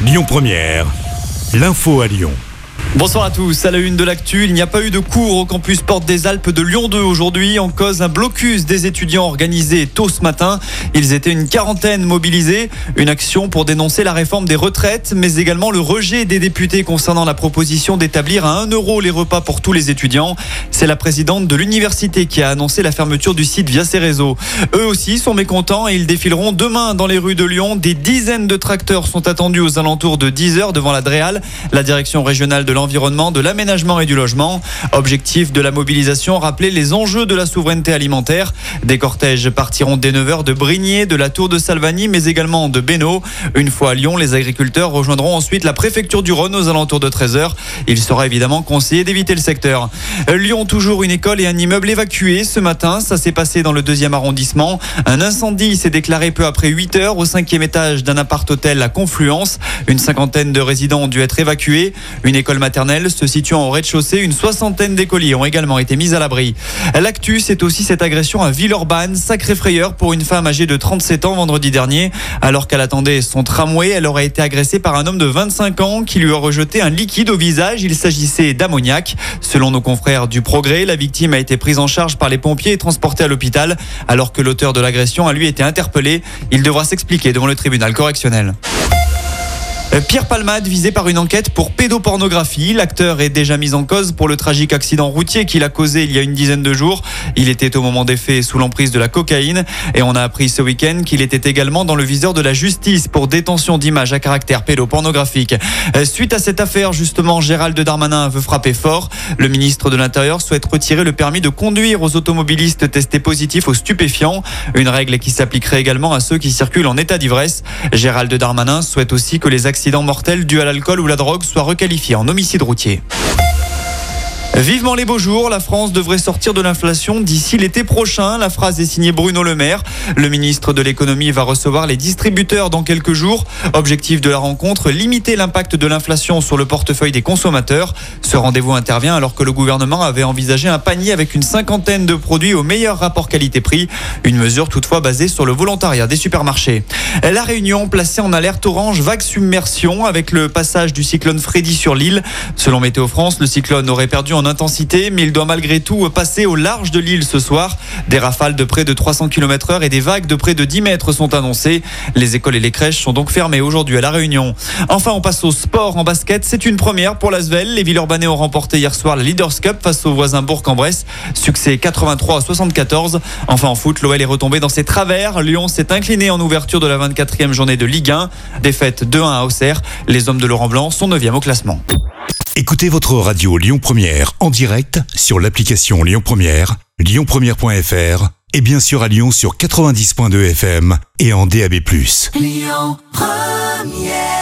Lyon Première, l'info à Lyon. Bonsoir à tous, à la une de l'actu, il n'y a pas eu de cours au campus Porte des Alpes de Lyon 2 aujourd'hui, en cause un blocus des étudiants organisé tôt ce matin. Ils étaient une quarantaine mobilisés, une action pour dénoncer la réforme des retraites, mais également le rejet des députés concernant la proposition d'établir à 1 € les repas pour tous les étudiants. C'est la présidente de l'université qui a annoncé la fermeture du site via ses réseaux. Eux aussi sont mécontents et ils défileront demain dans les rues de Lyon. Des dizaines de tracteurs sont attendus aux alentours de 10h devant la DREAL, la direction régionale de l'environnement, de l'aménagement et du logement. Objectif de la mobilisation, rappeler les enjeux de la souveraineté alimentaire. Des cortèges partiront dès 9h de Brignais, de la Tour de Salvagny, mais également de Bénaud. Une fois à Lyon, les agriculteurs rejoindront ensuite la préfecture du Rhône aux alentours de 13h. Il sera évidemment conseillé d'éviter le secteur. Lyon, toujours une école et un immeuble évacués ce matin. Ça s'est passé dans le 2e arrondissement. Un incendie s'est déclaré peu après 8h au 5e étage d'un appart-hôtel à Confluence. Une cinquantaine de résidents ont dû être évacués. Une école maternelle se situant au rez-de-chaussée, une soixantaine d'écoliers ont également été mis à l'abri. L'actu, c'est aussi cette agression à Villeurbanne, sacrée frayeur pour une femme âgée de 37 ans vendredi dernier. Alors qu'elle attendait son tramway, elle aurait été agressée par un homme de 25 ans qui lui a rejeté un liquide au visage. Il s'agissait d'ammoniac. Selon nos confrères du Progrès, la victime a été prise en charge par les pompiers et transportée à l'hôpital, alors que l'auteur de l'agression a lui été interpellé. Il devra s'expliquer devant le tribunal correctionnel. Pierre Palmade visé par une enquête pour pédopornographie. L'acteur est déjà mis en cause pour le tragique accident routier qu'il a causé il y a une dizaine de jours. Il était au moment des faits sous l'emprise de la cocaïne et on a appris ce week-end qu'il était également dans le viseur de la justice pour détention d'images à caractère pédopornographique. Suite à cette affaire, justement, Gérald Darmanin veut frapper fort. Le ministre de l'Intérieur souhaite retirer le permis de conduire aux automobilistes testés positifs aux stupéfiants. Une règle qui s'appliquerait également à ceux qui circulent en état d'ivresse. Gérald Darmanin souhaite aussi que les accidents mortels dus à l'alcool ou la drogue soient requalifiés en homicide routier. Vivement les beaux jours, la France devrait sortir de l'inflation d'ici l'été prochain. La phrase est signée Bruno Le Maire. Le ministre de l'économie va recevoir les distributeurs dans quelques jours. Objectif de la rencontre, limiter l'impact de l'inflation sur le portefeuille des consommateurs. Ce rendez-vous intervient alors que le gouvernement avait envisagé un panier avec une cinquantaine de produits au meilleur rapport qualité-prix. Une mesure toutefois basée sur le volontariat des supermarchés. La Réunion placée en alerte orange vague submersion avec le passage du cyclone Freddy sur l'île. Selon Météo France, le cyclone aurait perdu en intensité, mais il doit malgré tout passer au large de l'île ce soir. Des rafales de près de 300 km/h et des vagues de près de 10 mètres sont annoncées. Les écoles et les crèches sont donc fermées aujourd'hui à La Réunion. Enfin, on passe au sport en basket. C'est une première pour l'Asvel. Les Villeurbanais ont remporté hier soir la Leaders Cup face aux voisins Bourg-en-Bresse. Succès 83-74. Enfin, en foot, l'OL est retombé dans ses travers. Lyon s'est incliné en ouverture de la 24e journée de Ligue 1. Défaite 2-1 à Auxerre. Les hommes de Laurent Blanc sont 9e au classement. Écoutez votre radio Lyon Première en direct sur l'application Lyon Première, lyonpremière.fr et bien sûr à Lyon sur 90.2 FM et en DAB+. Lyon Première.